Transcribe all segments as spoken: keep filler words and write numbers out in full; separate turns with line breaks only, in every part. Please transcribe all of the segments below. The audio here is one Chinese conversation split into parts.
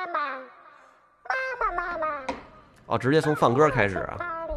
哦，直接从放歌开始啊。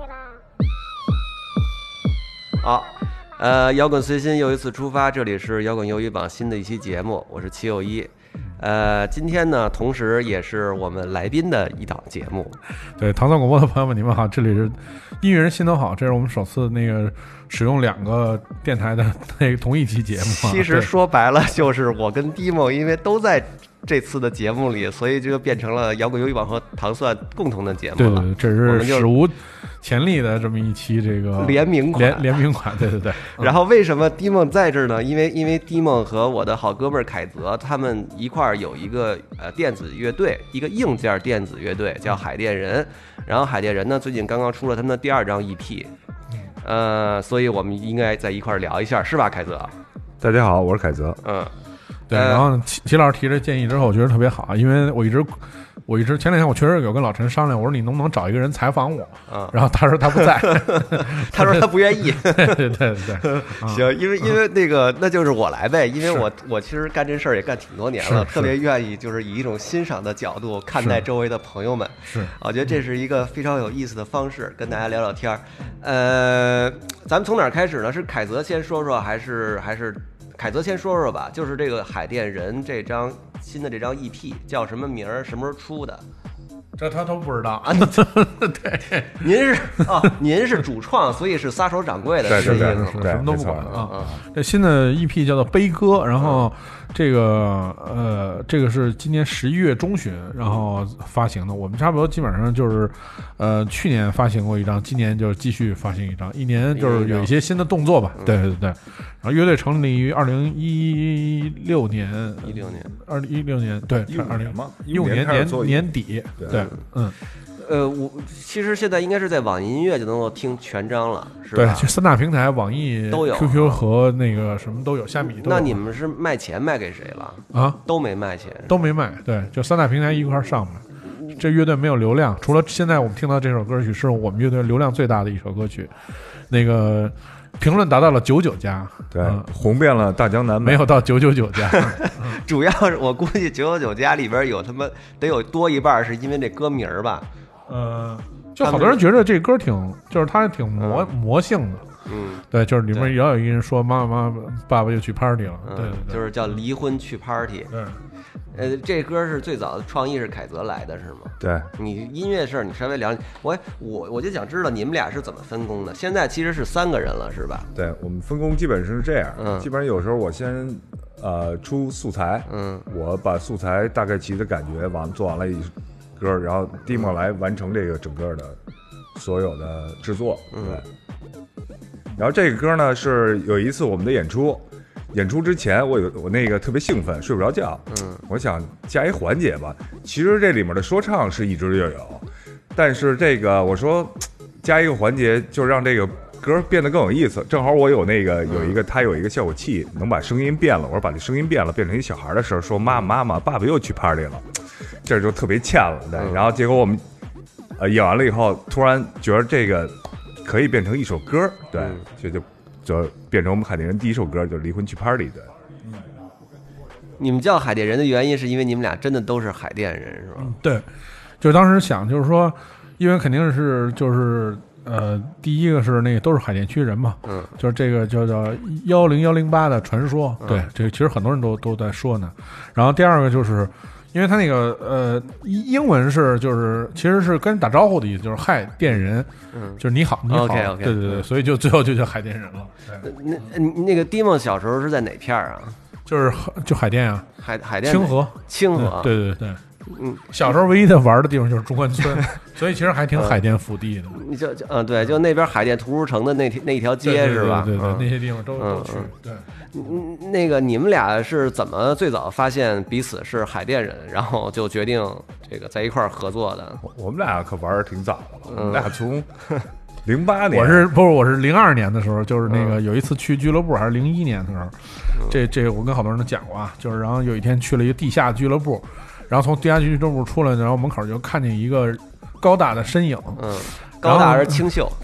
好，呃，摇滚随心又一次出发，这里是摇滚鱿鱼榜新的一期节目，我是齐友一。呃，今天呢，同时也是我们来宾的一档节目。
对，糖蒜广播的朋友们，你们好，这里是音乐人心头好，这是我们首次那个使用两个电台的那个同一期节目。
其实说白了，就是我跟 Dimo 因为都在这次的节目里，所以这个变成了摇滚鱿鱼榜和糖蒜共同的节目了。
对对，这是史无前例的这么一期这个
联名款，
联联名款，对对对。
然后为什么 Dimo 在这儿呢？因为因为 Dimo 和我的好哥们儿凯泽他们一块儿有一个呃电子乐队，一个硬件电子乐队叫海淀人。然后海淀人呢最近刚刚出了他们的第二张 E P， 呃，所以我们应该在一块儿聊一下，是吧，凯泽？
大家好，我是凯泽。
嗯。
对，然后齐齐老师提这建议之后，我觉得特别好，因为我一直，我一直前两天我确实有跟老陈商量，我说你能不能找一个人采访我？
啊，
然后他说他不在，
他说他不愿意。
对对对对，
行，因为因为那个那就是我来呗，因为我我其实干这事儿也干挺多年了，特别愿意就是以一种欣赏的角度看待周围的朋友们。
是，
我觉得这是一个非常有意思的方式，跟大家聊聊天儿。呃，咱们从哪儿开始呢？是凯泽先说说，还是还是？凯泽先说说吧，就是这个海淀人这张新的这张 E P 叫什么名儿？什么时候出的？
这他都不知道
啊！对，您是啊，您是主创，所以是撒手掌柜的，
对对对，
什么都不管啊。这新的 E P 叫做《悲歌》，然后这个呃，这个是今年十一月中旬然后发行的。我们差不多基本上就是呃，去年发行过一张，今年就继续发行一张，一年就是有一些新的动作吧。对对对。然后乐队成立于二零一六年，
一六年，
二零一六年，对，二零一五年年年底，对，嗯，
呃，我其实现在应该是在网易音乐就能够听全章了，是吧？
对，就三大平台，网易
都有
，Q Q 和那个什么都有，虾米都有。
那你们是卖钱卖给谁了？
啊，
都没卖钱，
都没卖，对，就三大平台一块上面。这乐队没有流量，除了现在我们听到这首歌曲是我们乐队流量最大的一首歌曲，那个。评论达到了九九加，
对，嗯、红遍了大江南北，
没有到九九九加。
主要是我估计九九九加里边有他妈得有多一半是因为这歌名吧。
呃，就好多人觉得这歌挺，就是它挺魔、嗯、魔性的。
嗯，
对，就是里面也有一个人说妈妈妈爸爸又去 party 了，
嗯、
对, 对对，
就是叫离婚去 party。
对。
呃，这歌是最早的创意是凯泽来的，是吗？
对，
你音乐事儿你稍微聊，我我我就想知道你们俩是怎么分工的。现在其实是三个人了，是吧？
对，我们分工基本上是这样，
嗯，
基本上有时候我先呃出素材，
嗯，
我把素材大概其的感觉完做完了一歌，然后 Dimo 来完成这个整个的所有的制作，
嗯，
对。然后这个歌呢是有一次我们的演出。演出之前，我有我那个特别兴奋，睡不着觉。
嗯，
我想加一环节吧。其实这里面的说唱是一直就有，但是这个我说加一个环节，就让这个歌变得更有意思。正好我有那个有一个，他有一个效果器，能把声音变了。我说把这声音变了，变成一小孩的声，说妈妈妈，爸爸又去 party 了，这就特别欠了。对，然后结果我们呃演完了以后，突然觉得这个可以变成一首歌，对，这就。就变成我们海淀人第一首歌，就是离婚去 party 的。
嗯，你们叫海淀人的原因是因为你们俩真的都是海淀人，是吧？
嗯、对，就是当时想，就是说，因为肯定是就是呃，第一个是那个都是海淀区人嘛，
嗯，
就是这个叫叫幺零幺零八的传说，
嗯、
对，这个其实很多人都都在说呢。然后第二个就是。因为他那个呃英文是就是其实是跟打招呼的意思，就是嗨电人，
嗯，
就是你好你好，
okay, okay,
对对对，所以就最后就叫海淀人了。
那那个 Dimo 小时候是在哪片啊？
就是就海淀啊，
海海淀
清河
清河，
对对对。
嗯，
小时候唯一的玩的地方就是中关村，所以其实还挺海淀福地的。
你就就嗯对，就那边海淀图书城的那那一条街是吧？
对对对，那些地方都都去。对，
嗯，那个你们俩是怎么最早发现彼此是海淀人，然后就决定这个在一块儿合作的？
我们俩可玩的挺早的，我们俩从零八年，
我是不是我是零二年的时候，就是那个有一次去俱乐部，还是零一年的时候，这这我跟好多人都讲过啊，就是然后有一天去了一个地下俱乐部。然后从地下俱乐部出来，然后门口就看见一个高大的身影，
嗯，高大而清秀，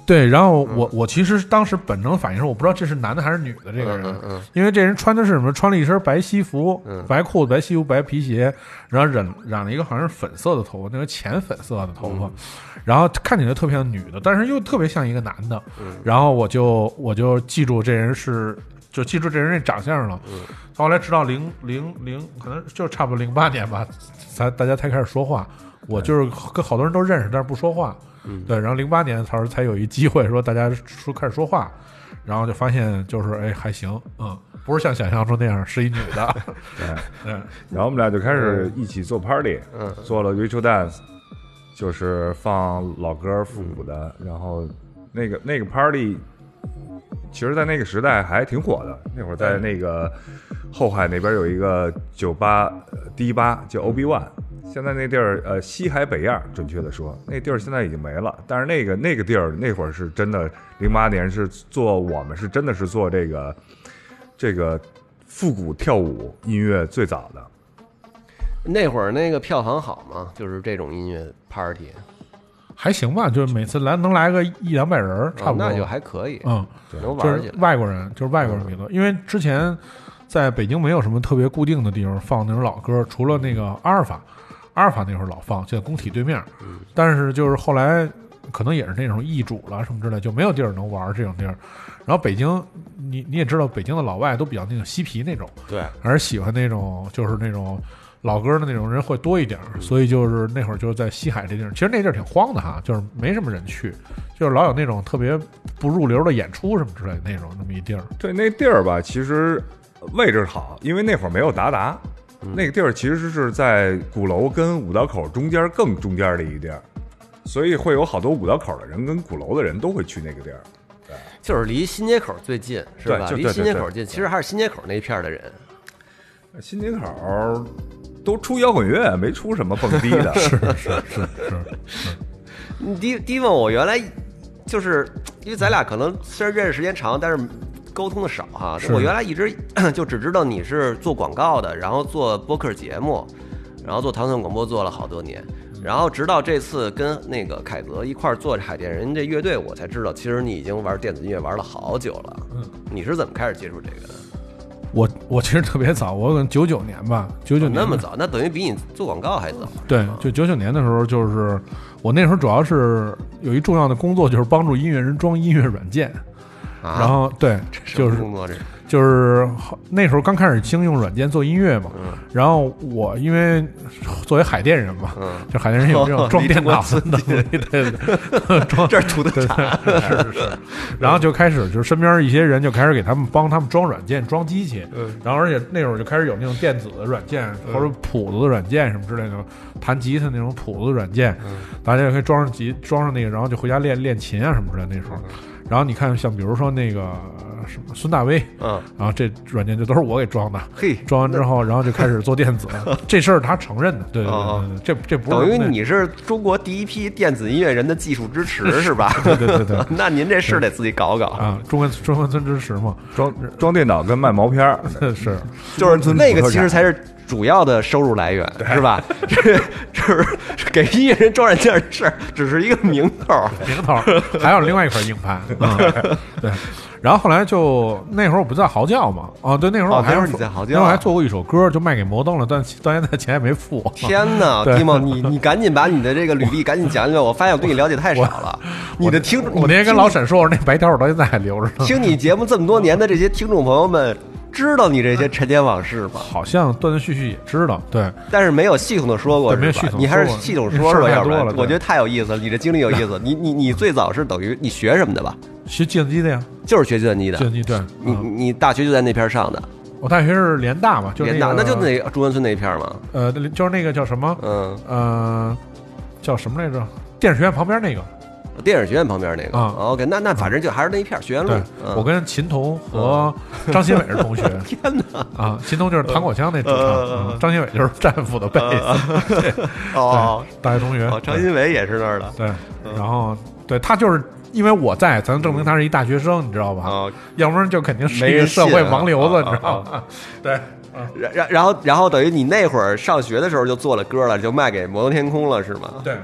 对，然后我我其实当时本能反应是我不知道这是男的还是女的这个人，
嗯嗯嗯、
因为这人穿的是什么？穿了一身白西服、
嗯、
白裤子、白西服、白皮鞋，然后染染了一个好像是粉色的头发，那个浅粉色的头发，
嗯、
然后看起来特别像女的，但是又特别像一个男的。
嗯、
然后我就我就记住这人是，就记住这人那长相了。
嗯、
后来直到零零零，可能就差不多零八年吧，才大家才开始说话。我就是跟好多人都认识，但是不说话。
嗯，
对，然后零八年才才有一机会说大家说开始说话，然后就发现就是哎还行，嗯，不是像想象中那样是一女的，
对
对，
然后我们俩就开始一起做 party，嗯，做了 Ritual Dance， 就是放老歌复古的，嗯、然后那个那个 party， 其实在那个时代还挺火的，那会儿在那个后海那边有一个酒吧，第一吧叫 O B One。现在那地儿，呃，西海北亚，准确的说，那地儿现在已经没了。但是那个那个地儿，那会儿是真的，零八年是做我们是真的是做这个这个复古跳舞音乐最早的。
那会儿那个票房好吗？就是这种音乐 party，
还行吧，就是每次来能来个一两百人，差不多，
哦、那就还可以，
嗯，
能玩起来。
外国人就是外国人比较多，嗯、因为之前在北京没有什么特别固定的地方放那种老歌，除了那个阿尔法。阿尔法那会儿老放，就在工体对面，
嗯、
但是就是后来可能也是那种易主了什么之类，就没有地儿能玩这种地儿。然后北京，你你也知道，北京的老外都比较那种嬉皮那种，
对，
还是喜欢那种就是那种老歌的那种人会多一点，嗯、所以就是那会儿就是在西海这地儿，其实那地儿挺荒的哈，就是没什么人去，就是老有那种特别不入流的演出什么之类的那种那么一地儿。
对，那地儿吧，其实位置好，因为那会儿没有达达。
嗯、
那个地儿其实是在鼓楼跟五道口中间更中间的一地儿，所以会有好多五道口的人跟鼓楼的人都会去那个地儿。对，
就是离新街口最近，是吧？离新街口近，
对对对对，
其实还是新街口那一片的人。
新街口都出摇滚乐，没出什么蹦迪的。
是是是是是。
你迪迪问我原来就是因为咱俩可能虽然认识时间长，但是沟通的少哈。我原来一直就只知道你是做广告的，然后做播客节目，然后做唐宋广播做了好多年，然后直到这次跟那个凯泽一块儿做海淀人这乐队，我才知道其实你已经玩电子音乐玩了好久了。嗯，你是怎么开始接触这个的？
我我其实特别早，我可能九九年吧，九九年、
哦、那么早，那等于比你做广告还早。
对，就九九年的时候，就是我那时候主要是有一重要的工作，就是帮助音乐人装音乐软件。
啊、
然后对，就是
工作这
就是那时候刚开始兴用软件做音乐嘛，
嗯、
然后我因为作为海淀人嘛，
嗯、
就海淀人有这种装电脑的能力，对对，装
这是土特产，
是是是。然后就开始就是身边一些人就开始给他们帮他们装软件、装机器，
嗯、
然后而且那会儿就开始有那种电子的软件、嗯、或者谱子的软件什么之类的，弹吉他那种谱子软件，
嗯、
大家就可以装上吉装上那个，然后就回家练练琴啊什么之类的那时候。然后你看，像比如说那个什么孙大威，
嗯，
然后这软件就都是我给装的，
嘿，
装完之后，然后就开始做电子，这事儿他承认的，对对对对，
哦、
这这不是
等于你是中国第一批电子音乐人的技术支持是吧？
对对对对，
那您这是得自己搞搞
啊，中关中关村支持嘛，
装装电脑跟卖毛片儿
是，
就是那个其实才是主要的收入来源，是吧？这这是给音乐人装软件的事儿，只是一个名头，
名头，还有另外一块硬盘。嗯、对，然后后来就那会儿我不在嚎叫嘛，哦，对，那会儿我还、
哦、你在嚎叫，
那会儿还做过一首歌，就卖给摩登了，但到现在钱也没付。
天哪，蒂蒙，你你赶紧把你的这个履历赶紧讲讲，我发现我对你了解太少了。你的听众，
我那天跟老沈说，我说那白条我到现在还留着呢。
听你节目这么多年的这些听众朋友们。知道你这些陈年往事吗？
好像断断续续也知道，对，
但是没有系统的说过，
没有系统，
你还是系统说说，要不然我觉得太有意思了。你这经历有意思，你你你最早是等于你学什么的吧？
学计算机的呀，
就是学计算机的。
计算机对，
你你大学就在那片上的？
我大学是联大嘛，就
联大，那就那中关村那一片嘛。
呃，就是那个叫什么？
嗯
呃，叫什么来着？电影学院旁边那个。
电影学院旁边那个
啊、
嗯、，OK， 那那反正就还是那一片学院路。
嗯、我跟秦彤和张新伟是同学。
天哪！
啊，秦彤就是唐国强那主唱，
呃
嗯、张新伟就是战斧的贝斯。
呃、哦，
大学同学。
哦，张新伟也是那儿的。
对，然后对他就是因为我在，才能证明他是一大学生，你知道吧？
哦，
要不然就肯定是一个社会盲流子，
啊、
你知道吗？对。
然然然后然后等于你那会儿上学的时候就做了歌了，就卖给摩登天空了，是吗？
对。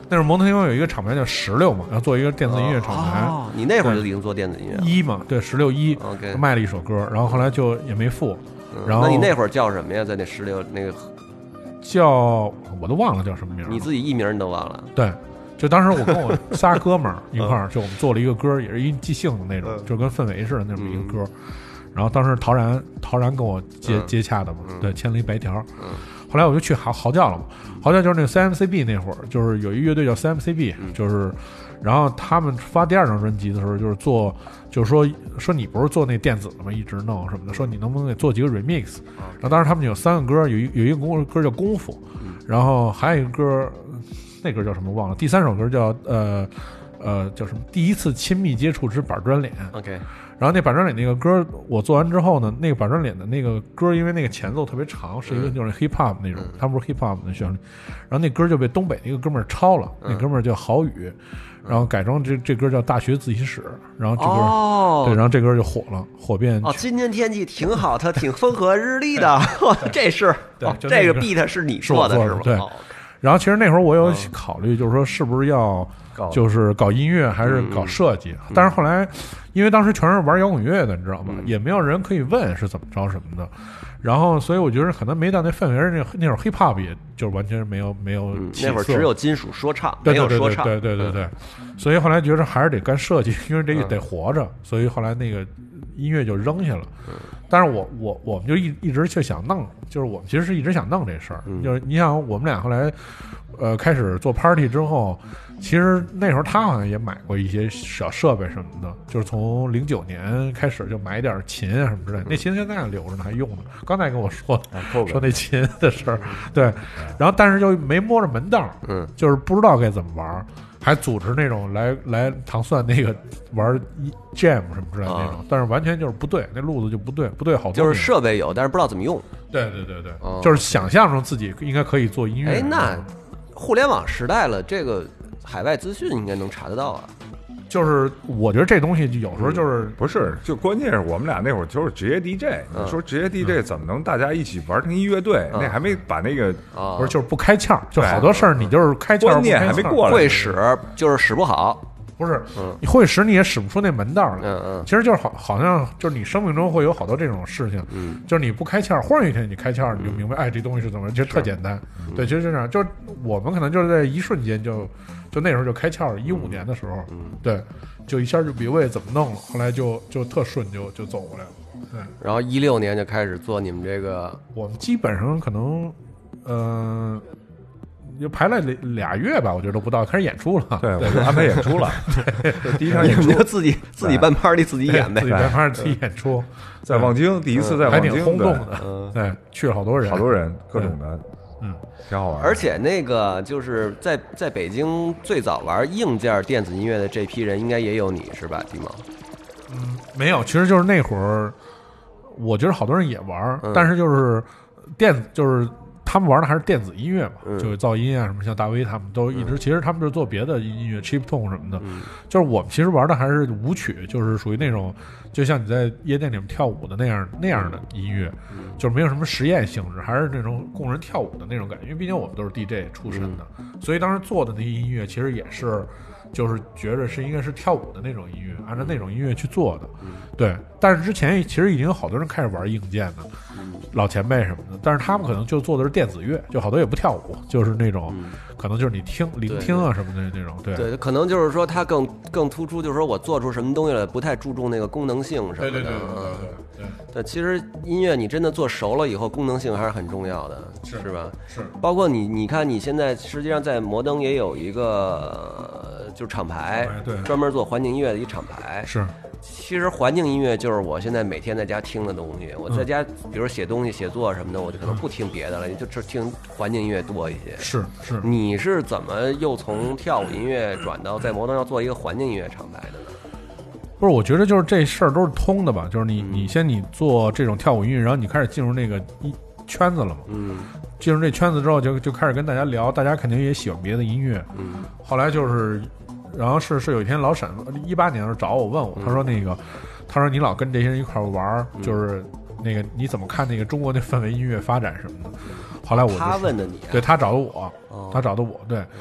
那时候摩登天空有一个厂牌叫十六嘛，要做一个电子音乐厂牌。
哦，你那会儿就已经做电子音乐了。
一嘛，对，十六一
，OK，
卖了一首歌，然后后来就也没付。
嗯、
然后
那你那会儿叫什么呀？在那十六那个
叫我都忘了叫什么名，
你自己艺名你都忘了？
对。就当时我跟我仨哥们儿一块儿，就我们做了一个歌，也是一即兴的那种，就跟氛围似的那么一个歌。然后当时陶然，陶然跟我接接洽的嘛，对，签了一白条。后来我就去嚎嚎叫了嘛，嚎叫就是那个 C M C B 那会儿，就是有一乐队叫 C M C B， 就是，然后他们发第二张专辑的时候，就是做，就是说说你不是做那电子的吗？一直弄什么的，说你能不能给做几个 remix？ 然后当时他们有三个歌，有一有一个歌歌叫功夫，然后还有一个歌。那歌叫什么忘了，第三首歌叫呃呃叫什么？第一次亲密接触之板砖脸。
OK，
然后那板砖脸那个歌我做完之后呢，那个板砖脸的那个歌，因为那个前奏特别长，是一个就是 hip hop 那种，嗯、他不是 hip hop 的旋律，然后那歌就被东北的一个哥们儿抄了，嗯、那哥们儿叫郝宇，然后改成这这歌叫大学自习室，然后这歌、
哦、
对，然后这歌就火了，火遍
哦，今天天气挺好，它挺风和日丽的，这是
对、
哦，这个 beat 是你做的是吗？
对。
哦
然后其实那会儿我有考虑，就是说是不是要就是搞音乐还是搞设计，
嗯、
但是后来因为当时全是玩摇滚乐的，你知道吗？嗯、也没有人可以问是怎么着什么的，然后所以我觉得可能没到那氛围，那那会儿 hip hop 也就完全没有没有起色、
嗯，那会儿只有金属说唱，
对
没有说唱，
对对对对对、嗯，所以后来觉得还是得干设计，因为这得活着，所以后来那个音乐就扔下了。嗯但是我我我们就一一直就想弄，就是我们其实是一直想弄这事儿，
嗯、
就是你想我们俩后来，呃，开始做 party 之后，其实那时候他好像也买过一些小设备什么的，就是从零九年开始就买点琴啊什么之类的，那琴现在留着呢，还用呢。刚才跟我说、啊、说那琴的事儿，对，然后但是就没摸着门道，
嗯，
就是不知道该怎么玩。还组织那种来来糖蒜那个玩 jam 什么之类的那种、啊，但是完全就是不对，那路子就不对，不对好多。
就是设备有，但是不知道怎么用。
对对对对，
哦、
就是想象中自己应该可以做音乐。
哎，那互联网时代了，这个海外资讯应该能查得到啊。
就是我觉得这东西有时候就是、
嗯、不是，就关键是我们俩那会儿就是职业 D J，、嗯、你说职业 D J 怎么能大家一起玩成一乐队？嗯、那还没把那个、
嗯、不是就是不开窍，就好多事儿你就是开窍，
观念还没过来，
会使就是使不好。
不是，嗯、你会使你也使不出那门道来。
嗯嗯，
其实就是好，好像就是你生命中会有好多这种事情，
嗯，
就是你不开窍，忽然有一天你开窍，你就明白，嗯、哎，这东西是怎么，其实特简单。
嗯、
对，其实是这样，就是我们可能就是在一瞬间就，就那时候就开窍了。一五年的时候，
嗯，
对，就一下就明白怎么弄了，后来就就特顺就就走过来了。对，
然后一六年就开始做你们这个，
我们基本上可能，嗯、呃。就排了俩月吧，我觉得都不到，开始演出了。
对，我就安排演出了。
对，
第一场演出
就自己自己办 party 自己演呗，
自己办 party 自己演出，
在望京第一次在望京，
还挺轰动的。对，去了好多人，
好多人，各种的，
嗯，
挺好玩。
而且那个就是在在北京最早玩硬件电子音乐的这批人，应该也有你是吧，迪毛？
嗯，没有，其实就是那会儿，我觉得好多人也玩，
嗯、
但是就是电子就是。他们玩的还是电子音乐嘛，
嗯、
就是噪音啊什么，像大 V 他们都一直，嗯、其实他们就是做别的音乐 chip tune 什么的，
嗯、
就是我们其实玩的还是舞曲，就是属于那种就像你在夜店里面跳舞的那样那样的音乐，
嗯、
就是没有什么实验性质，还是那种供人跳舞的那种感觉，因为毕竟我们都是 D J 出身的，
嗯、
所以当时做的那些音乐其实也是就是觉得是应该是跳舞的那种音乐，按照那种音乐去做的，
嗯、
对。但是之前其实已经有好多人开始玩硬件的。
嗯
老前辈什么的，但是他们可能就做的是电子乐，就好多也不跳舞，就是那种，
嗯、
可能就是你听聆听啊什么的那种，对
对，可能就是说他更更突出，就是说我做出什么东西来，不太注重那个功能性什么的。
对对对对对对。
对，其实音乐你真的做熟了以后，功能性还是很重要的，
是
是吧？
是。
包括你，你看你现在实际上在摩登也有一个就是厂牌，
对，
专门做环境音乐的一厂牌。
是。
其实环境音乐就是我现在每天在家听的东西。我在家，比如写东西、写作什么的，我就可能不听别的了，就只听环境音乐多一些。
是是。
你是怎么又从跳舞音乐转到在摩登要做一个环境音乐厂牌的呢？
不是，我觉得就是这事儿都是通的吧。就是你，嗯、你先你做这种跳舞音乐，然后你开始进入那个一圈子了嘛。
嗯。
进入这圈子之后就，就就开始跟大家聊，大家肯定也喜欢别的音乐。
嗯。
后来就是。然后是是有一天老沈一八年的时候找我问我，他说那个，他说你老跟这些人一块玩，就是那个你怎么看那个中国那氛围音乐发展什么的？后来我
他问的你，
对他找的我，他找的我，对，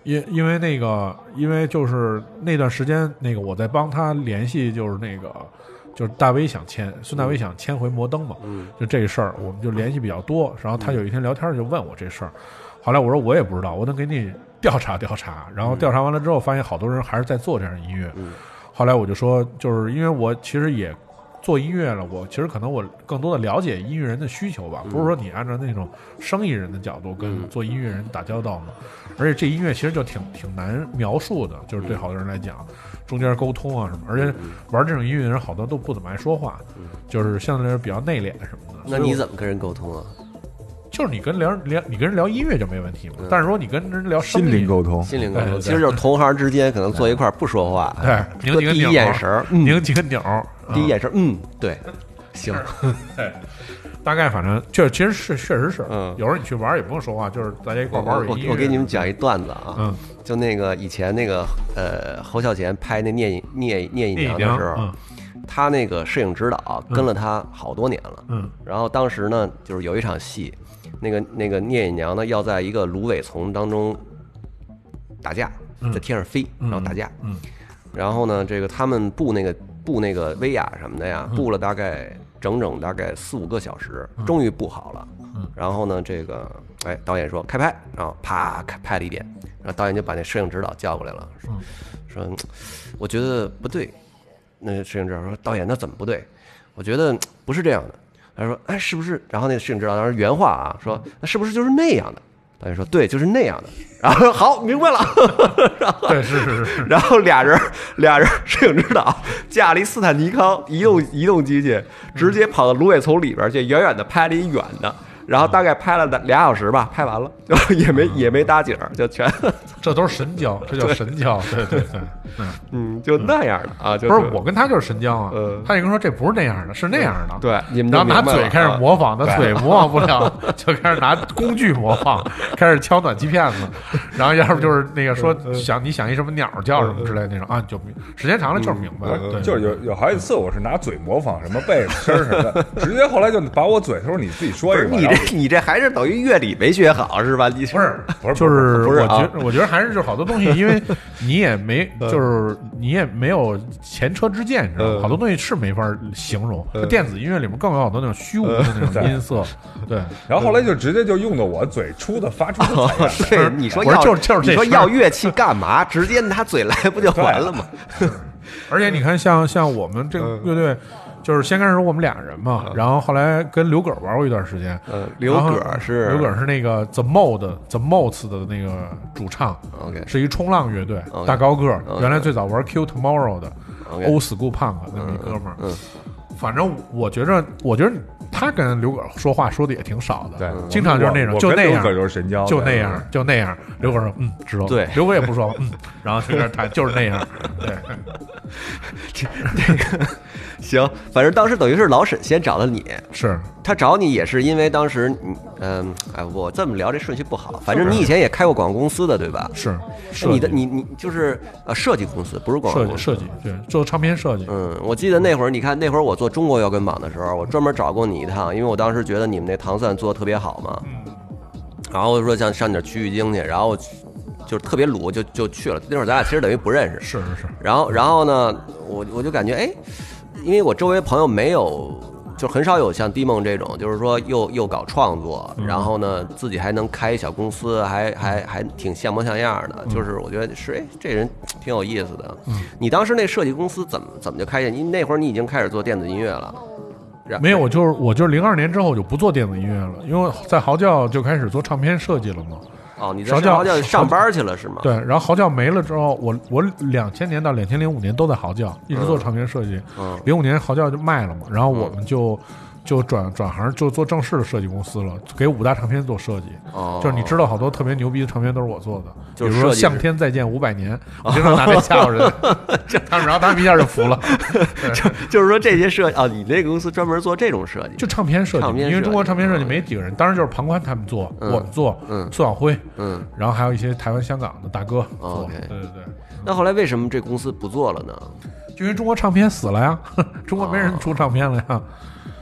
因因为那个，因为就是那段时间，那个我在帮他联系，就是那个，就是大威想签，孙大威想签回摩登嘛，
嗯，
就这个事儿，我们就联系比较多。然后他有一天聊天就问我这事儿，后来我说我也不知道，我能给你调查调查。然后调查完了之后，发现好多人还是在做这样的音乐。
嗯，
后来我就说，就是因为我其实也做音乐了，我其实可能我更多的了解音乐人的需求吧，不是说你按照那种生意人的角度跟做音乐人打交道嘛。而且这音乐其实就挺挺难描述的，就是对好多人来讲，中间沟通啊什么，而且玩这种音乐的人好多都不怎么爱说话，就是相对来说比较内敛什么的。
那你怎么跟人沟通啊？
就是你跟聊聊，你跟人聊音乐就没问题嘛。但是说你跟人聊
心灵沟通，
心灵沟通，其实就是同行之间可能坐一块不说话，
对，拧几个
第一眼神，
拧几个钮，
第一眼神，嗯，对，行，
对。大概反正就其实是确实是，
嗯，
有时候你去玩也不用说话，就是大家一块玩
我我给你们讲一段子啊，
嗯，
就那个以前那个呃侯孝贤拍那聂聂聂隐娘的时候，
嗯，
他那个摄影指导跟了他好多年了，
嗯，
然后当时呢就是有一场戏，那个那个聂隐娘呢要在一个芦苇丛当中打架，在天上飞，然后打架，
嗯，
然后呢这个他们布那个布那个威亚什么的呀，布了大概。整整大概四五个小时，终于布好了。
嗯，
然后呢，这个哎，导演说开拍，然后啪拍了一遍，然后导演就把那摄影指导叫过来了，说、嗯、说我觉得不对。那摄影指导说导演那怎么不对？我觉得不是这样的。他说哎是不是？然后那摄影指导当时原话啊说那是不是就是那样的？导演说对，就是那样的。然后说好，明白了。然后
对，是是是。
然后俩人俩人摄影指导架了一斯坦尼康移动移动机器，直接跑到芦苇丛里边去，远远的拍了一远的，然后大概拍了俩小时吧，拍完了也没也没搭景，就全。
这都是神交，这叫神交。对对对，
嗯嗯，就那样的啊，就
不是我跟他就是神交啊。
嗯，
他也跟说这不是那样的，是那样的。
对，你们
然后拿嘴开始模仿，他嘴模仿不了，就开始拿工具模仿，开始敲暖气片子，然后要不就是那个说想你想一什么鸟叫什么之类的那种啊，就时间长了就是明白了。对，
就是有有好几次我是拿嘴模仿什么贝斯声什么的，直接后来就把我嘴他说你自己说一个。
你这你这还是等于乐理没学好是吧？你
不是
不是
就是
不是
我觉我觉得还是就是好多东西，因为你也没就是你也没有前车之鉴，你知道吗？好多东西是没法形容。电子音乐里面更有好多那种虚无的那种音色，对。
然后后来就直接就用到我嘴出的发出的采样。
对，你说要
就是就是
你说要乐器干嘛？直接拿嘴来不就完了吗？
而且你看，像像我们这个乐队。就是先开始我们俩人嘛，然后后来跟刘葛玩过一段时间。
嗯，刘葛是
刘葛是那个 The Mode The Modes 的那个主唱
，OK，
是一冲浪乐队，
okay,
大高个儿，
okay,
原来最早玩 Kill Tomorrow 的
okay,
Old School Punk 那么一哥们儿。
嗯，
反正我觉着，我觉得他跟刘葛说话说的也挺少的，
对，
经常就是那种就那样，
就是神交，
就那样，就那样。刘葛说嗯，知道。
对，
刘葛也不说嗯，然后就开始弹，就是那样。对，
这个。行，反正当时等于是老沈先找的你，
是
他找你也是因为当时，嗯，哎，我这么聊这顺序不好，反正你以前也开过广告公司的对吧？
是，
你的你你就是呃设计公司，不是广告公司，
设计设计对，做唱片设计。
嗯，我记得那会儿，你看那会儿我做中国摇滚榜的时候，我专门找过你一趟，因为我当时觉得你们那糖蒜做的特别好嘛，
嗯，
然后说想上点区域经去，然后就是特别鲁，就就去了。那会儿咱俩其实等于不认识，
是是是。
然后然后呢，我我就感觉哎。因为我周围朋友没有，就很少有像迪梦这种，就是说又又搞创作，
嗯、
然后呢自己还能开一小公司，还还还挺像模像样的。就是我觉得是，哎，这人挺有意思的。
嗯，
你当时那设计公司怎么怎么就开下？你那会儿你已经开始做电子音乐了？
没有，我就是我就是零二年之后就不做电子音乐了，因为在嚎叫就开始做唱片设计了嘛。
哦，你在嚎叫上班去了是吗？
对，然后嚎叫没了之后，我我两千年到两千零五年都在嚎叫，一直做唱片设计。
嗯，
零五年嚎叫就卖了嘛，然后我们就。就转转行就做正式的设计公司了，给五大唱片做设计。
哦，
就是你知道好多特别牛逼的唱片都是我做的，
就是
比如说《向天再见五百年》，我经常拿这吓唬人，他们然后他们一下就服了。
就就是说这些设计啊，你那个公司专门做这种设计，
就唱片设计，因为中国唱片设计没几个人，当然就是庞宽他们做，
嗯、
我们做，
嗯，
苏小辉，
嗯，
然后还有一些台湾、香港的大哥做。
哦、okay,
对对对。
那后来为什么这公司不做了呢？
就因为中国唱片死了呀，中国没人出唱片了呀。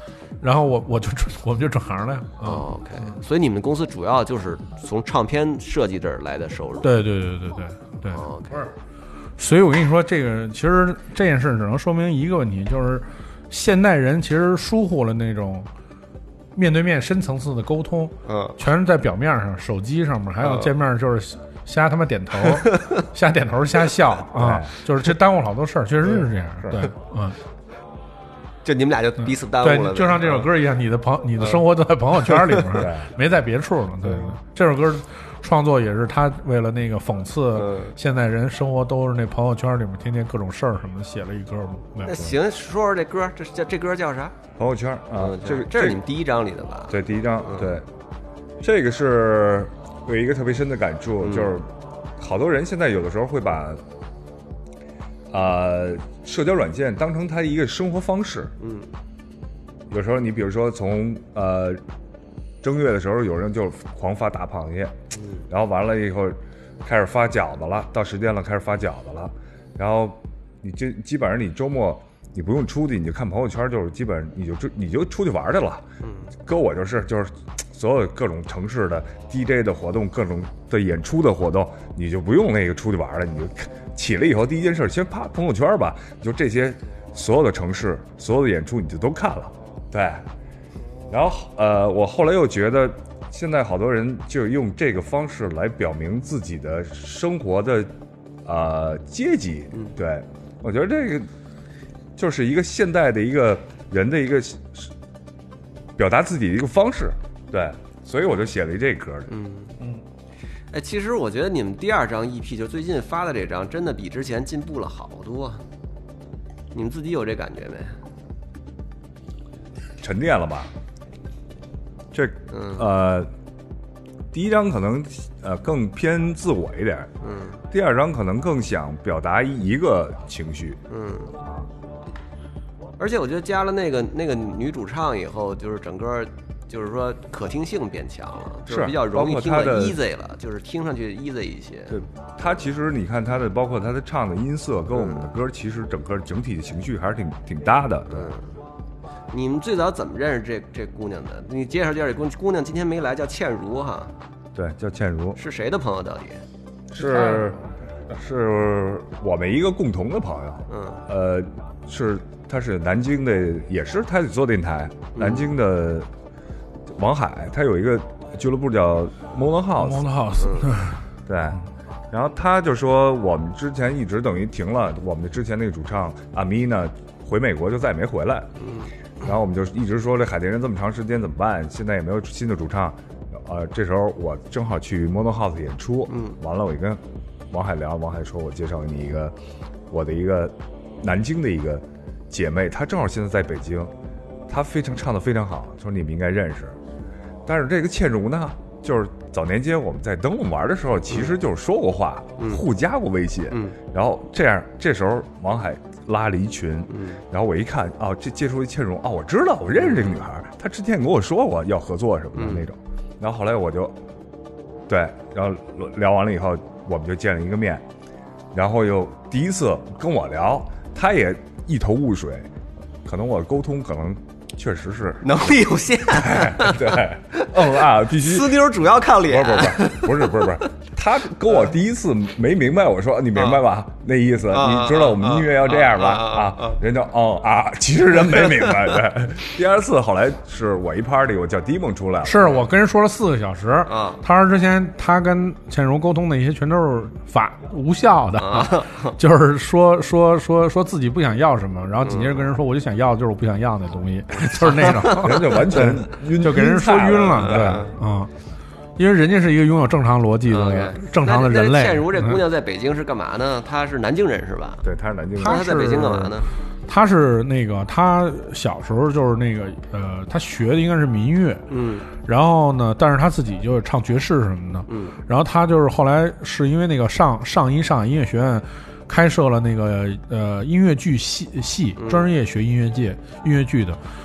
然后我我就我们就转行了呀。
哦 OK，所以你们公司主要就是从唱片设计这儿来的收入。
对对对对对对。
哦 OK。
所以我跟你说，这个其实这件事只能说明一个问题，就是现代人其实疏忽了那种面对面深层次的沟通，
嗯，
全是在表面上，手机上面，还有见面就是瞎他妈点头，瞎点头瞎笑啊，就是这耽误了好多事儿，确实是这样。对，嗯，
就你们俩就彼此耽误了。
对，就像这首歌一样，你的朋你的生活都在朋友圈里面，没在别处了。对对，这首歌创作也是他为了那个讽刺现在人生活都是那朋友圈里面天天各种事儿什么的，写了一歌嘛。
那行，说说这歌，这这这歌叫啥？
朋友圈啊，这个
这是你们第一章里的吧？
对，第一章，对，这个是有一个特别深的感触，就是好多人现在有的时候会把呃社交软件当成他一个生活方式。嗯，有时候你比如说从呃正月的时候，有人就狂发大螃蟹，嗯，然后完了以后开始发饺子了，到时间了开始发饺子了，然后你就基本上你周末你不用出去，你就看朋友圈，就是基本上你就你就出去玩去了。嗯，搁我就是就是所有各种城市的 D J 的活动，各种的演出的活动，你就不用那个出去玩了，你就起来以后第一件事先啪朋友圈吧，就这些所有的城市所有的演出你就都看了，对。然后呃，我后来又觉得，现在好多人就用这个方式来表明自己的生活的呃阶级。嗯，对，我觉得这个就是一个现代的一个人的一个表达自己的一个方式。对，所以我就写了一这歌。
嗯嗯，哎，其实我觉得你们第二张 E P 就最近发的这张，真的比之前进步了好多。你们自己有这感觉没？
沉淀了吧？这呃，第一章可能呃更偏自我一点，嗯，第二章可能更想表达一个情绪，
嗯啊，而且我觉得加了那个那个女主唱以后，就是整个就是说可听性变强了，就是比较容易听得 easy 了，就是听上去 easy 一些。
对，他其实你看他的，包括他的唱的音色跟我们的歌，其实整个整体的情绪还是挺挺搭的，对。
你们最早怎么认识这这姑娘的？你介绍介绍这姑姑娘，今天没来，叫倩如哈。
对，叫倩如。
是谁的朋友到底？
是是我们一个共同的朋友。嗯。呃，是他是南京的，也是他做电台，南京的王海，他有一个俱乐部叫 Mono House。Mono
House。
对。然后他就说，我们之前一直等于停了，我们的之前那个主唱阿咪呢回美国就再也没回来。嗯。然后我们就一直说这海淀人这么长时间怎么办？现在也没有新的主唱，呃，这时候我正好去 Mono House 演出，嗯，完了我就跟王海聊，王海说我介绍给你一个我的一个南京的一个姐妹，她正好现在在北京，她非常唱得非常好，说你们应该认识。但是这个倩如呢，就是早年间我们在等我们玩的时候，其实就是说过话，嗯、互加过微信，嗯，然后这样这时候王海拉了一群，嗯，然后我一看，哦，这接触一倩如，哦，我知道，我认识这个女孩，她之前跟我说过要合作什么的那种，嗯、然后后来我就，对，然后聊完了以后，我们就见了一个面，然后又第一次跟我聊，她也一头雾水，可能我沟通可能确实是
能力有限，
对，嗯啊，必须
呲妞主要靠脸，
不是不是不是不是不是。他跟我第一次没明白，我说你明白吧？啊、那意思，啊、你知道我们音乐要这样吧？啊，啊啊人就哦啊，其实人没明白。对，第二次后来是我一 party， 我叫 Dimon 出来了，
是我跟人说了四个小时啊。他说之前他跟倩如沟通的一些全都是法无效的，啊、就是说说说说自己不想要什么，然后紧接着跟人说我就想要，就是我不想要那东西，就是那种，
人就完全晕，
就给人说晕了，对，啊。嗯因为人家是一个拥有正常逻辑的、okay. 正常的人类。
倩如这姑娘在北京是干嘛呢？她是南京人是吧？
对，她是南京人。
她在北京干嘛呢？
她是那个，她小时候就是那个，呃，她学的应该是民乐，嗯，然后呢，但是她自己就是唱爵士什么的，嗯，然后她就是后来是因为那个上上音上海音乐学院开设了那个呃音乐剧系系，专业学音乐界音乐剧的。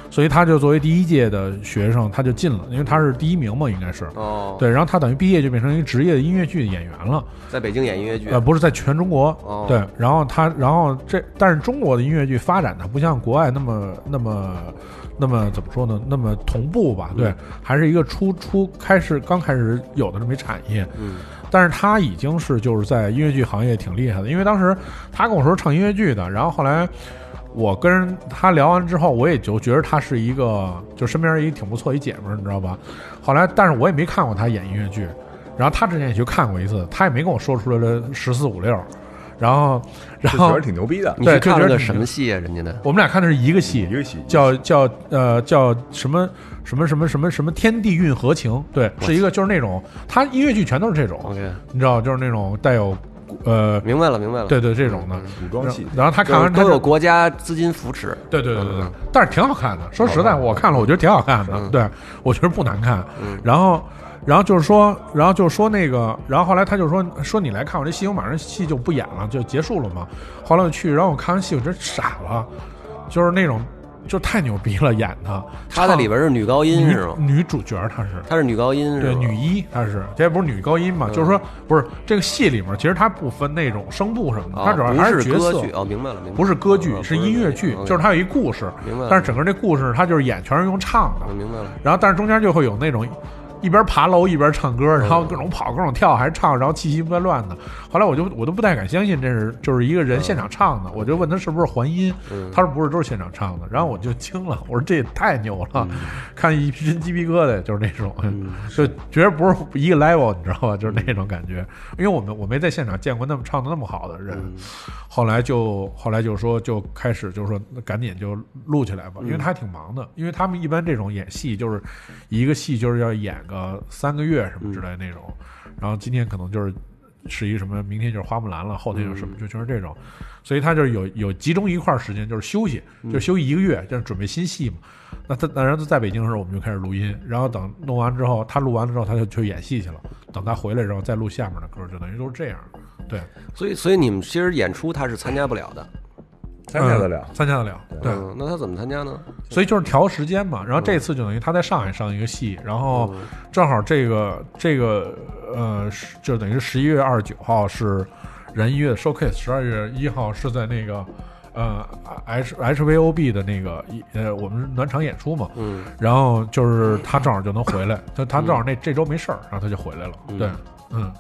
所以他就作为第一届的学生，他就进了，因为他是第一名嘛，应该是。
哦，
对，然后他等于毕业就变成一个职业的音乐剧演员了，
在北京演音乐剧。
呃，不是在全中国。
哦，
对，然后他，然后这，但是中国的音乐剧发展的不像国外那么那么那么怎么说呢？那么同步吧？对，嗯、还是一个初初开始刚开始有的这么一产业。
嗯。
但是他已经是就是在音乐剧行业挺厉害的，因为当时他跟我说唱音乐剧的，然后后来我跟他聊完之后，我也就觉得他是一个就身边一个挺不错一姐们儿，你知道吧？后来但是我也没看过他演音乐剧，然后他之前也去看过一次，他也没跟我说出来这十四五六，然后然后
觉得挺牛逼的。
你去看了个什么戏啊？人家的
我们俩看的是一个戏，
一个戏
叫叫呃叫什么？什么什么什么什么天地运合情，对，是一个就是那种，他音乐剧全都是这种，
okay.
你知道，就是那种带有，呃，
明白了明白了，
对对，这种的
武装戏。
然后他看完
都有国家资金扶持，
对对对对对，嗯、但是挺好看的。说实在，我看了，我觉得挺好看的，嗯、对我觉得不难看。
嗯、
然后，然后就是说，然后就是说那个，然后后来他就说说你来看我这戏，我马上戏就不演了，就结束了嘛。后来我去，然后我看完戏，我真傻了，就是那种。就太牛逼了，演的。
她在里边是女高音是吗？
女主角她是，
她是女高音是吧？
对，女一她是，这也不是女高音嘛，嗯、就是说不是这个戏里面，其实它不分那种声部什么的，它、
哦、
主要还
是
角色。
哦，明白了，明白了。
不是歌剧，
哦、
是音乐剧，就是它有一故事。
明白了。
但是整个这故事，它就是演全是用唱的。
我明白了。
然后，但是中间就会有那种。一边爬楼一边唱歌，然后各种跑各种跳还唱，然后气息不乱的。后来我就我都不太敢相信这是就是一个人现场唱的，我就问他是不是还音，他说不是，都是现场唱的。然后我就惊了，我说这也太牛了，看一身鸡皮疙瘩，就是那种，就觉得不是一个 level， 你知道吧？就是那种感觉。因为我们我没在现场见过那么唱的那么好的人，后来就后来就说就开始就是说赶紧就录起来吧，因为他还挺忙的，因为他们一般这种演戏就是一个戏就是要演个三个月什么之类的那种，嗯、然后今天可能就是是一个什么，明天就是花木兰了，后天就是什么，就全是这种，所以他就是有有集中一块时间就是休息，就休息一个月，就是准备新戏嘛。那他那然后在北京的时候我们就开始录音，然后等弄完之后，他录完了之后他就去演戏去了，等他回来之后再录下面的歌，就等于都是这样。对，
所以所以你们其实演出他是参加不了的。
参加得了、
嗯，参加得了，对、
嗯。那他怎么参加呢？
所以就是调时间嘛。然后这次就等于他在上海上一个戏，然后正好这个这个呃，就等于十一月二十九号是人音乐的 showcase， 十二月一号是在那个呃 H H V O B 的那个呃我们暖场演出嘛。
嗯。
然后就是他正好就能回来，他他正好那这周没事儿，然后他就回来了。
嗯、
对，嗯。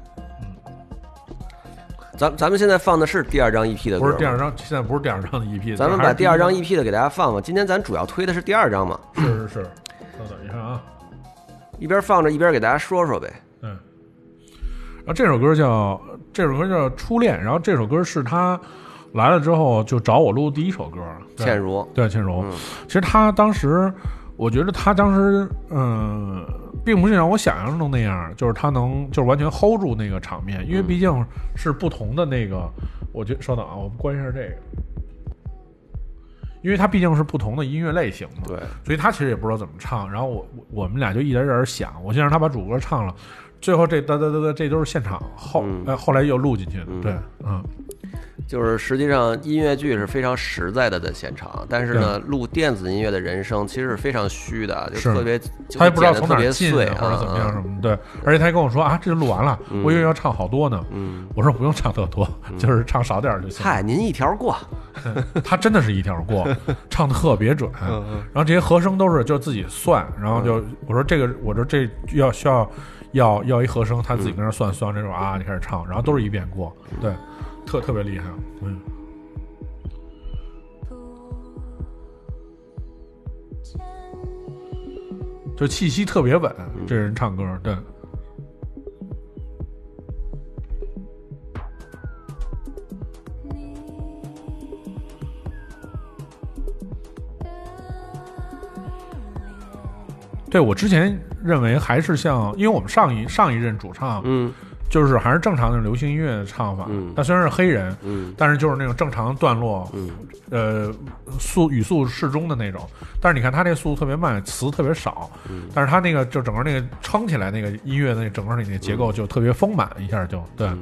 咱咱们现在放的是第二张 E P 的歌，
不是第二张，现在不是第二张的 E P。
咱们把第二张 E P 的给大家放放。今天咱主要推的是第二张嘛。
是是是。稍等一下啊，
一边放着一边给大家说说呗。
嗯。然后这首歌叫这首歌叫《初恋》，然后这首歌是他来了之后就找我录第一首歌。
倩茹，
对倩茹、
嗯。
其实他当时，我觉得他当时，嗯。并不是让我想象中那样，就是他能就是完全 hold 住那个场面，因为毕竟是不同的那个。我觉得稍等啊，我关一下这个，因为他毕竟是不同的音乐类型嘛，
对，
所以他其实也不知道怎么唱。然后我我们俩就一点点想，我先让他把主歌唱了，最后这哒哒哒哒，这都是现场后、嗯呃、后来又录进去的，
嗯、
对，嗯。
就是实际上音乐剧是非常实在的在现场，但是呢，录电子音乐的人声其实是非常虚的，就特别
他也不知道从哪儿
进
或者怎么样什么的。对，而且他还跟我说啊，这就录完了，
嗯、
我以为要唱好多呢。
嗯，
我说不用唱特多，
嗯、
就是唱少点就行。
嗨，您一条过。
他真的是一条过，唱的特别准。
嗯、
然后这些和声都是就自己算，然后就、嗯、我说这个，我说这要需要要要一和声，他自己跟那算算这种啊，你开始唱，然后都是一遍过，对，特特别厉害，嗯。就气息特别稳，这人唱歌，对。对，我之前认为还是像，因为我们上一上一任主唱，
嗯，
就是还是正常的流行音乐的唱法，
嗯，
他虽然是黑人，
嗯，
但是就是那种正常段落，
嗯，
呃，速语速适中的那种。但是你看他那速度特别慢，词特别少，
嗯，
但是他那个就整个那个撑起来那个音乐的那整个那个结构就特别丰满，一下就对。
嗯，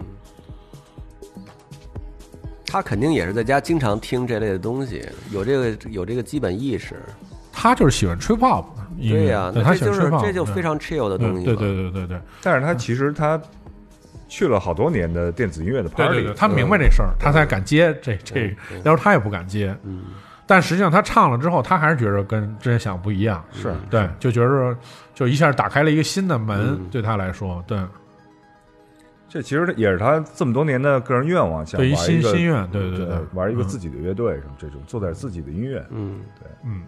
他肯定也是在家经常听这类的东西，有这个有这个基本意识。
他就是喜欢 trip hop 音乐，
对呀、啊，
对他喜欢
这就是
trip hop，
这就非常 chill 的东西。
对对对对对。
但是他其实他去了好多年的电子音乐的 party，
对对对，他明白这事儿，他才敢接这这，要是他也不敢接。
嗯，
但实际上他唱了之后，他还是觉得跟之前想不一样，
是
对，就觉得就一下打开了一个新的门，
嗯、
对他来说，对。
这其实也是他这么多年的个人愿望，想玩一个
新心愿，对
对
对对，
玩一个自己的乐队什么这种，做点自己的音乐，
嗯，
对，
嗯。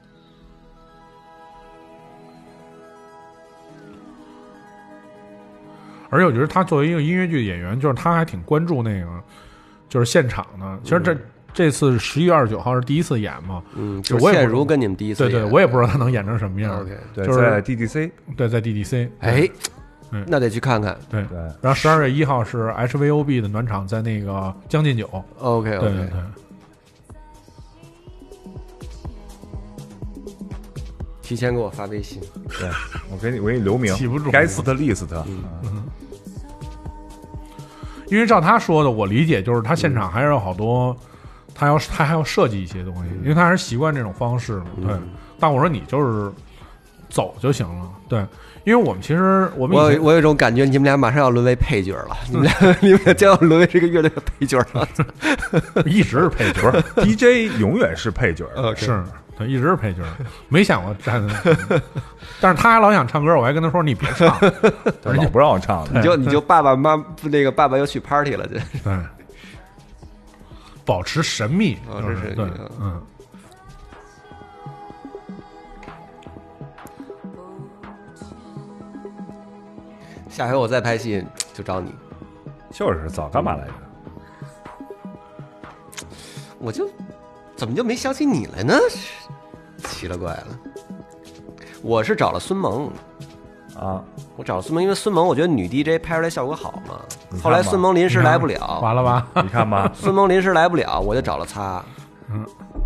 而且我觉得他作为一个音乐剧的演员，就是他还挺关注那个，就是现场的。其实这、嗯、这次十一月二十九号是第一次演嘛，
嗯，
就我也
现如跟你们第一次演，
对对，我也不知道他能演成什么样。
OK，
对，
就是
在 D D C，
对，在 D D C，
哎。
嗯，
那得去看看。
对
对，
然后十二月一号是 H V O B 的暖场，在那个将进酒。
OK OK，
对对对。
提前给我发微信。
对，我给你，我给你留名。
记不住。
该死的 list。
嗯嗯。因为照他说的，我理解就是他现场还是有好多，嗯、他要他还要设计一些东西，嗯、因为他还是习惯这种方式。对，嗯、但我说你就是走就行了。对。因为我们其实我们
我我有一种感觉，你们俩马上要沦为配角了，你们俩你们俩将要沦为这个乐队的配角了，
一直是配角
，D J 永远是配角，
okay.
是，对，一直是配角，没想过站在，但是他还老想唱歌，我还跟他说你别唱，
老不让我唱，
你就你就爸爸妈那个爸爸又去 party 了，这
对，保持神秘，
保持神秘，
对，嗯。
下回我再拍戏就找你，
就是早干嘛来着？
我就怎么就没想起你来呢？奇了怪了。我是找了孙萌
啊，
我找了孙萌，因为孙萌我觉得女 D J 拍出来效果好嘛。后来孙萌临时来不了，
完了吧？
你看吧，
孙萌临时来不了，我就找了他。
嗯，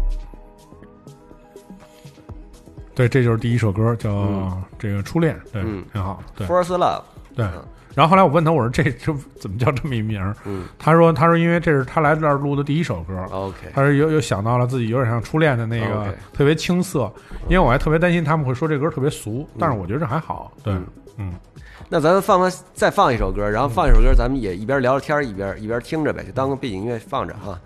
对，这就是第一首歌，叫这个《初恋》，对，
嗯，
挺好。对
，First Love。
对，然后后来我问他，我说这这怎么叫这么一名？
嗯，
他说他说因为这是他来这儿录的第一首歌。
OK，
他说又又想到了自己有点像初恋的那个
okay.
特别青涩，因为我还特别担心他们会说这歌特别俗，但是我觉得这还好。对，嗯，嗯
那咱们放放再放一首歌，然后放一首歌，咱们也一边聊着天一边一边听着呗，就当个背景音乐放着哈。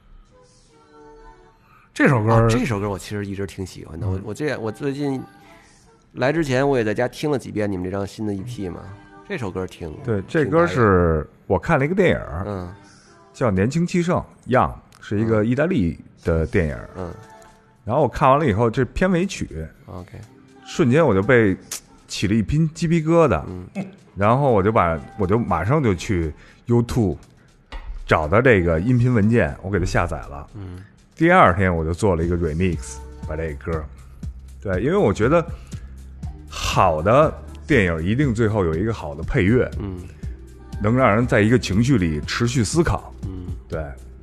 这首歌、
哦，这首歌我其实一直挺喜欢的。嗯、我我这我最近来之前我也在家听了几遍你们这张新的 E P 嘛。这首歌听
对，这歌是我看了一个电影，
嗯，
叫《年轻气盛》，Young， 是一个意大利的电影，
嗯，
然后我看完了以后，这片尾曲
，OK，
瞬间我就被起了一拼鸡皮疙瘩，
嗯，
然后我就把我就马上就去 YouTube 找到这个音频文件，我给它下载了，
嗯，
第二天我就做了一个 remix， 把这个歌，对，因为我觉得好的电影一定最后有一个好的配乐，
嗯，
能让人在一个情绪里持续思考，
嗯，
对。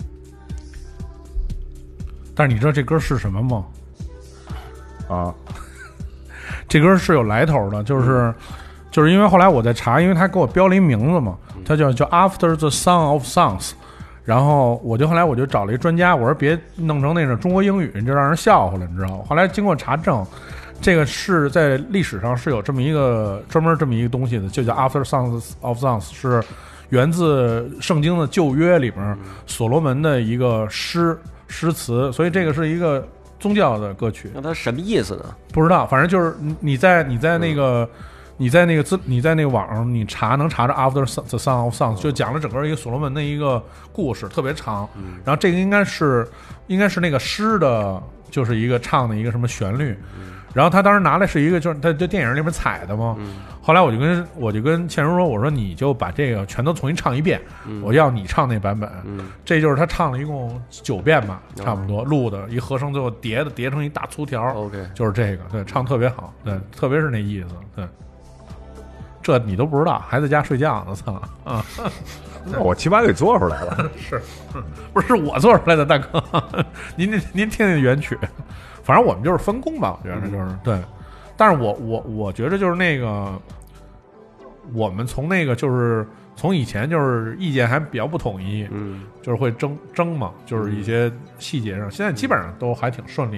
但是你知道这歌是什么吗？
啊，
这歌是有来头的，就是、嗯、就是因为后来我在查，因为他给我标了一名字嘛，他叫叫 After the Song of Songs， 然后我就后来我就找了一专家，我说别弄成那种中国英语，就让人笑话了，你知道吗？后来经过查证。这个是在历史上是有这么一个专门这么一个东西的，就叫 After Songs of Songs， 是源自圣经的旧约里边所罗门的一个诗诗词，所以这个是一个宗教的歌曲。
那它什么意思呢？
不知道，反正就是你在你在那个、嗯、你在那个资你在那个网上你查能查着 After the Song of Songs， 就讲了整个一个所罗门的一个故事，特别长。
嗯、
然后这个应该是应该是那个诗的，就是一个唱的一个什么旋律。
嗯
然后他当时拿来是一个，就是他在电影里面采的嘛。
嗯、
后来我就跟我就跟倩茹说，我说你就把这个全都重新唱一遍，
嗯、
我要你唱那版本。
嗯、
这就是他唱了一共九遍吧，差不多、哦、录的一和声，最后叠的叠成一大粗条。
OK，
就是这个，对，唱特别好，对，特别是那意思，对。这你都不知道，还在家睡觉呢，操啊！
我起码给做出来了，
是，不是我做出来的，大哥？您您听听原曲。反正我们就是分工吧，我觉得就是、嗯、对，但是我我我觉得就是那个，我们从那个就是从以前就是意见还比较不统一，
嗯，
就是会争争嘛，就是一些细节上，现在基本上都还挺顺利的，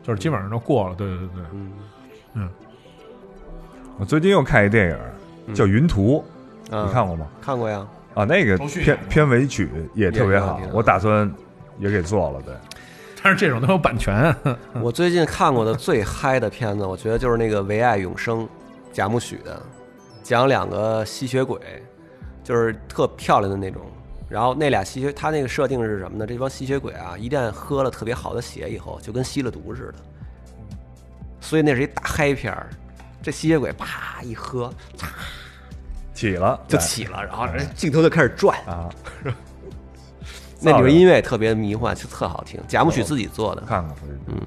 就是基本上都过了。对对对，
嗯
嗯。
我最近又看一电影叫《云图》，
嗯、
你看过吗？
看过呀。
啊，那个片片尾曲也特别好，我打算也给做了。对，
但是这种都有版权。
我最近看过的最嗨的片子，我觉得就是那个《唯爱永生》，贾木许的，讲两个吸血鬼，就是特漂亮的那种。然后那俩吸血，他那个设定是什么呢？这帮吸血鬼啊，一旦喝了特别好的血以后，就跟吸了毒似的。所以那是一大嗨片儿。这吸血鬼啪一喝，嚓
起了
就起了，然后镜头就开始转
啊。
那里面音乐特别迷幻，就特好听。贾木许自己做的，
看看，
嗯。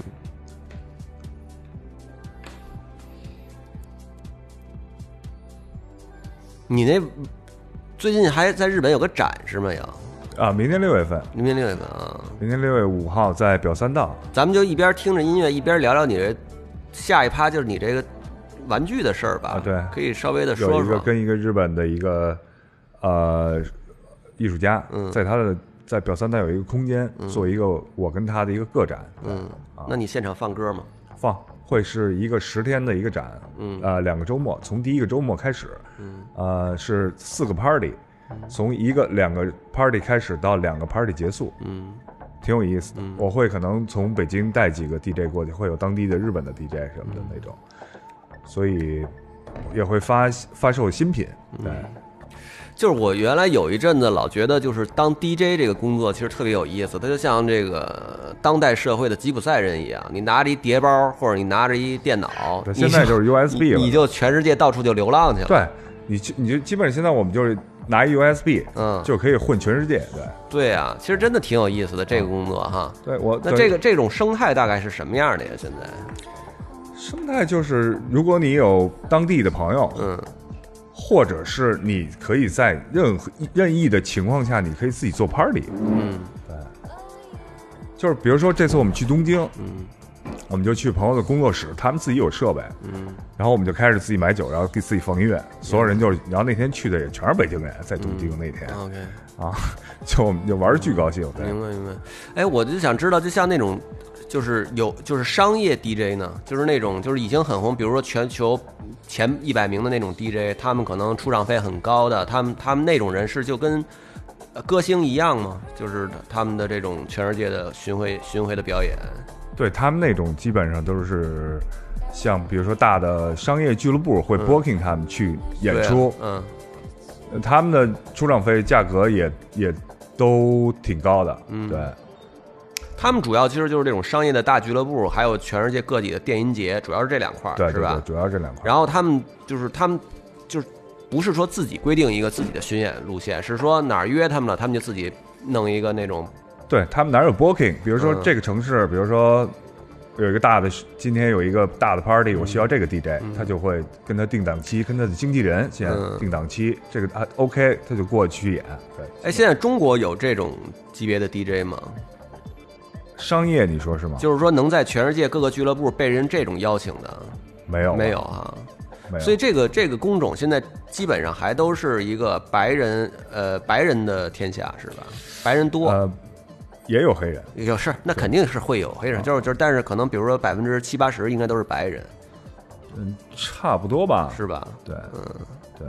你那最近还在日本有个展是吗？有
啊，明年六月份，
明年六月份啊，
明年六月五号在表参道。
咱们就一边听着音乐，一边聊聊你这下一趴就是你这个玩具的事儿吧。
啊，对，
可以稍微的说说。
有一个跟一个日本的一个呃艺术家，
嗯、
在他的在表参道有一个空间，
嗯、
做一个我跟他的一个个展。
嗯，
啊、
那你现场放歌吗？
放。会是一个十天的一个展，
嗯，
呃，两个周末，从第一个周末开始，
嗯，
呃，是四个 party，、嗯、从一个两个 party 开始到两个 party 结束，
嗯，
挺有意思的。
嗯、
我会可能从北京带几个 D J 过去，会有当地的日本的 D J 什么的那种，嗯、所以也会发发售新品，对。嗯
就是我原来有一阵子老觉得，就是当 D J 这个工作其实特别有意思，它就像这个当代社会的吉普赛人一样，你拿着一碟包或者你拿着一电脑，
现在就是 U S B 了，
你就全世界到处就流浪去了。
对，你你就基本上现在我们就是拿一 U S B，
嗯，
就可以混全世界。对
对啊，其实真的挺有意思的这个工作哈。
对我
那这个这种生态大概是什么样的呀？现在
生态就是如果你有当地的朋友，
嗯。
或者是你可以在任何任意的情况下，你可以自己做 party。
嗯，
对，就是比如说这次我们去东京，
嗯，
我们就去朋友的工作室，他们自己有设备，
嗯，
然后我们就开始自己买酒，然后给自己放音乐，所有人就是，然后那天去的也全是北京人，在东京那天、
嗯、，OK，
啊，就我们就玩的巨高兴。
明白明白。哎，我就想知道，就像那种。就是有，就是商业 D J 呢，就是那种就是已经很红，比如说全球前一百名的那种 D J， 他们可能出场费很高的，他们他们那种人是就跟歌星一样吗？就是他们的这种全世界的巡回巡回的表演。
对他们那种基本上都是像比如说大的商业俱乐部会 booking 他们去演出，
嗯，
嗯他们的出场费价格也也都挺高的，
嗯，
对。
他们主要其实就是这种商业的大俱乐部，还有全世界各地的电音节，主要是这两块，
对，
是吧？
对对，主要是这两块。
然后他们就是他们就是不是说自己规定一个自己的巡演路线，是说哪儿约他们了，他们就自己弄一个那种。
对他们哪有 booking， 比如说这个城市，嗯、比如说有一个大的，今天有一个大的 party，、嗯、我需要这个 D J，、嗯、他就会跟他定档期，跟他的经纪人先定档期，嗯、这个啊 OK， 他就过去演。对，
哎，现在中国有这种级别的 D J 吗？
商业你说是吗？
就是说能在全世界各个俱乐部被人这种邀请的，
没有
没有啊，
没有。
所以这个这个工种现在基本上还都是一个白人呃白人的天下是吧？白人多，
呃，也有黑人，
有是那肯定是会有黑人，就是就是，但是可能比如说百分之七八十应该都是白人，
嗯，差不多吧，
是吧？
对，
嗯，
对，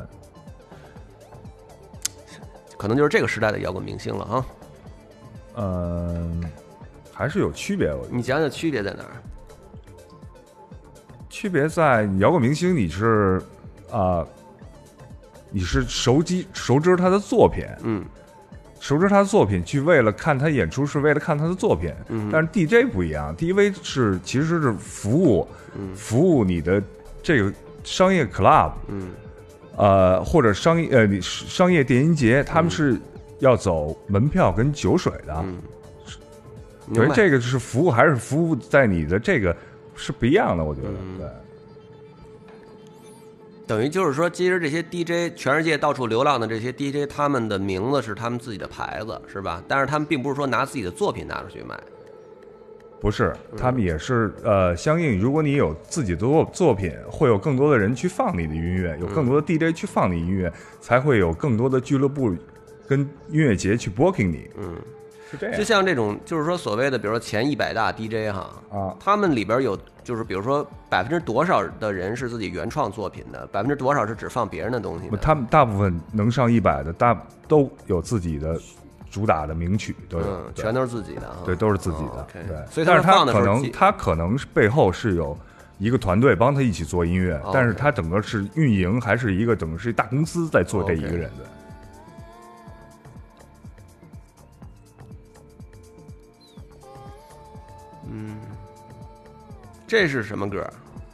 可能就是这个时代的摇滚明星了哈。
嗯。还是有区别，我
你讲讲区别在哪儿？
区别在摇滚明星，你是啊、呃，你是熟知熟知他的作品，
嗯，
熟知他的作品，去为了看他演出是为了看他的作品，
嗯，
但是 D J 不一样 ，D J 是其实是服务，
嗯，
服务你的这个商业 club，
嗯，
呃，或者商业呃你商业电音节，他们是要走门票跟酒水的，
嗯。
对，这个是服务还是服务在你的这个是不一样的，我觉得，
嗯、
对。
等于就是说，其实这些 D J 全世界到处流浪的这些 D J， 他们的名字是他们自己的牌子，是吧？但是他们并不是说拿自己的作品拿出去卖，
不是，他们也是呃，相应，如果你有自己的作作品，会有更多的人去放你的音乐，有更多的 D J 去放你音乐，
嗯、
才会有更多的俱乐部跟音乐节去 booking 你。
嗯。
是这样。
就像这种，就是说所谓的，比如说前一百大 D J 哈，
啊，
他们里边有，就是比如说百分之多少的人是自己原创作品的，百分之多少是只放别人的东西的。
他们大部分能上一百的，大都有自己的主打的名曲，都有，
嗯，全都是自己的，
对，都是自己的，
哦 okay、
对。
所以
但是他
放的时候
可能他可能是背后是有一个团队帮他一起做音乐，
哦、
但是他整个是运营还是一个整个是一大公司在做这一个人的。
哦 okay、嗯，这是什么歌？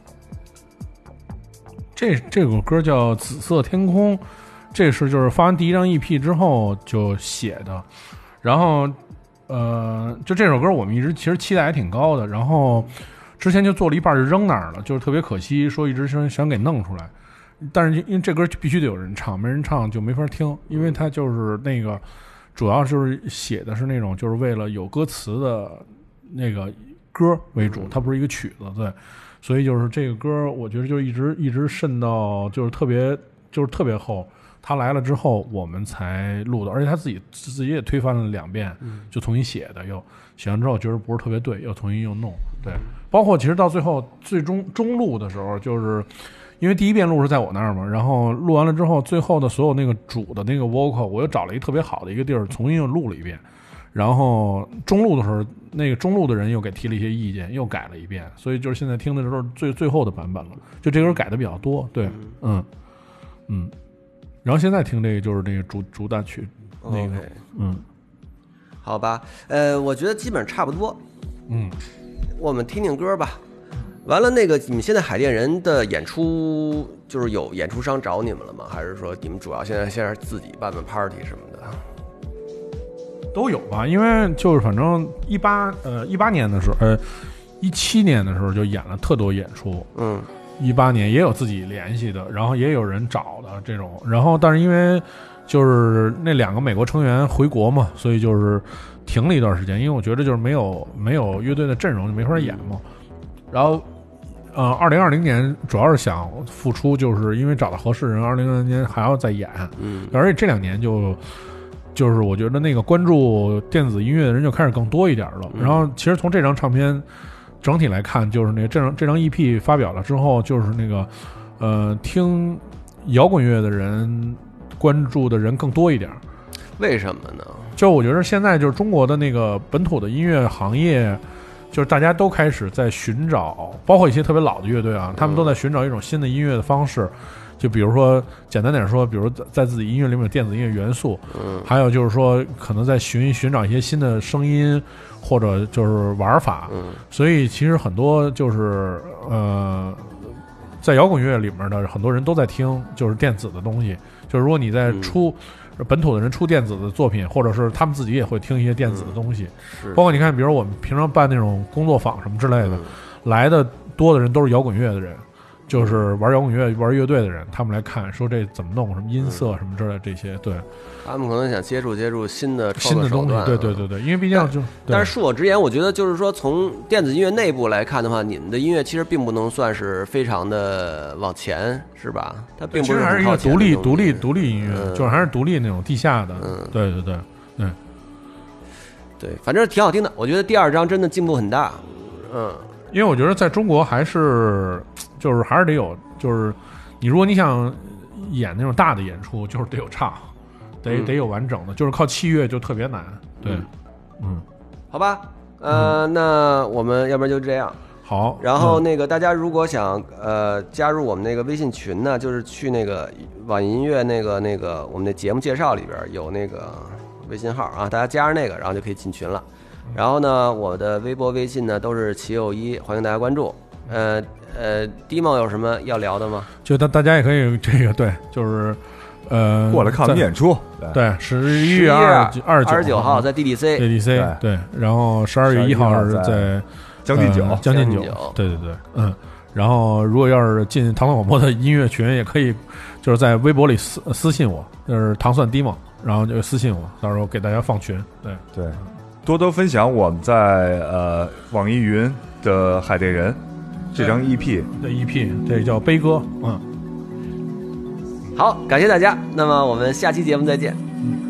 这这首歌叫《紫色天空》，这是就是发完第一张 E P 之后就写的，然后呃，就这首歌我们一直其实期待还挺高的，然后之前就做了一半就扔那儿了，就是特别可惜，说一直想想给弄出来，但是因为这歌必须得有人唱，没人唱就没法听，因为它就是那个主要就是写的是那种就是为了有歌词的那个歌为主，它不是一个曲子，对。所以就是这个歌，我觉得就一直一直渗到就是特别就是特别厚。他来了之后，我们才录的，而且他自己自己也推翻了两遍，就重新写的，又写完之后觉得不是特别对，又重新又弄。对，包括其实到最后最终中录的时候，就是因为第一遍录是在我那儿嘛，然后录完了之后，最后的所有那个主的那个 vocal， 我又找了一个特别好的一个地儿，重新又录了一遍。然后中录的时候，那个中录的人又给提了一些意见，又改了一遍，所以就是现在听的时候最最后的版本了。就这歌改的比较多，对，嗯嗯。然后现在听这个就是那个主主打曲，那个
okay、
嗯，
好吧，呃，我觉得基本上差不多，
嗯，
我们听听歌吧。完了，那个你们现在海淀人的演出，就是有演出商找你们了吗？还是说你们主要现在现在自己办办 party 什么的？
都有吧，因为就是反正一八呃一八年的时候，呃一七年的时候就演了特多演出，
嗯，
一八年也有自己联系的，然后也有人找的这种，然后但是因为就是那两个美国成员回国嘛，所以就是停了一段时间，因为我觉得就是没有没有乐队的阵容就没法演嘛，然后呃二零二零年主要是想复出，就是因为找到合适人，二零二零年还要再演，
嗯，
而且这两年就。就是我觉得那个关注电子音乐的人就开始更多一点了。然后其实从这张唱片整体来看，就是那个这张这张 E P 发表了之后，就是那个呃听摇滚乐的人关注的人更多一点。
为什么呢？
就我觉得现在就是中国的那个本土的音乐行业，就是大家都开始在寻找，包括一些特别老的乐队啊，他们都在寻找一种新的音乐的方式。就比如说简单点说，比如在自己音乐里面有电子音乐元素，
嗯，
还有就是说可能在寻寻找一些新的声音或者就是玩法，
嗯，
所以其实很多就是呃，在摇滚乐里面的很多人都在听就是电子的东西，就是如果你在出、嗯、本土的人出电子的作品，或者是他们自己也会听一些电子的东西，
嗯、
包括你看，比如我们平常办那种工作坊什么之类的，
嗯、
来的多的人都是摇滚乐的人。就是玩摇滚乐、玩乐队的人，他们来看说这怎么弄，什么音色什么之类的这些，对，
他们可能想接触接触新的
新的东西，对对对对，因为毕竟就，
但是恕我直言，我觉得就是说从电子音乐内部来看的话，你们的音乐其实并不能算是非常的往前，是吧？它并不是
还是一个独立、独立、独立音乐，
嗯、
就是还是独立那种地下的，
嗯，
对对对对
对，反正挺好听的。我觉得第二张真的进步很大，嗯。
因为我觉得在中国还是就是还是得有，就是你如果你想演那种大的演出，就是得有唱，得、嗯、得有完整的，就是靠器乐就特别难。对，嗯，
嗯好吧，呃、嗯，那我们要不然就这样。
好，
然后那个大家如果想呃加入我们那个微信群呢，就是去那个网易音乐那个那个我们的节目介绍里边有那个微信号啊，大家加上那个，然后就可以进群了。然后呢，我的微博、微信呢都是齐友一，欢迎大家关注。呃呃 ，Dimo 有什么要聊的吗？
就大大家也可以这个对，就是呃
过来看我们演出。
对，十一月二二
二十九号在 D D C，D
D C 对，然后十二月一号是在
将进酒，
将进酒，对对对，嗯。然后如果要是进糖蒜广播的音乐群，也可以就是在微博里私私信我，就是糖蒜 Dimo，然后就私信我，到时候给大家放群。对
对。多多分享我们在呃网易云的《海淀人》这张 E P
的 E P， 这叫悲歌。嗯，
好，感谢大家。那么我们下期节目再见。
嗯。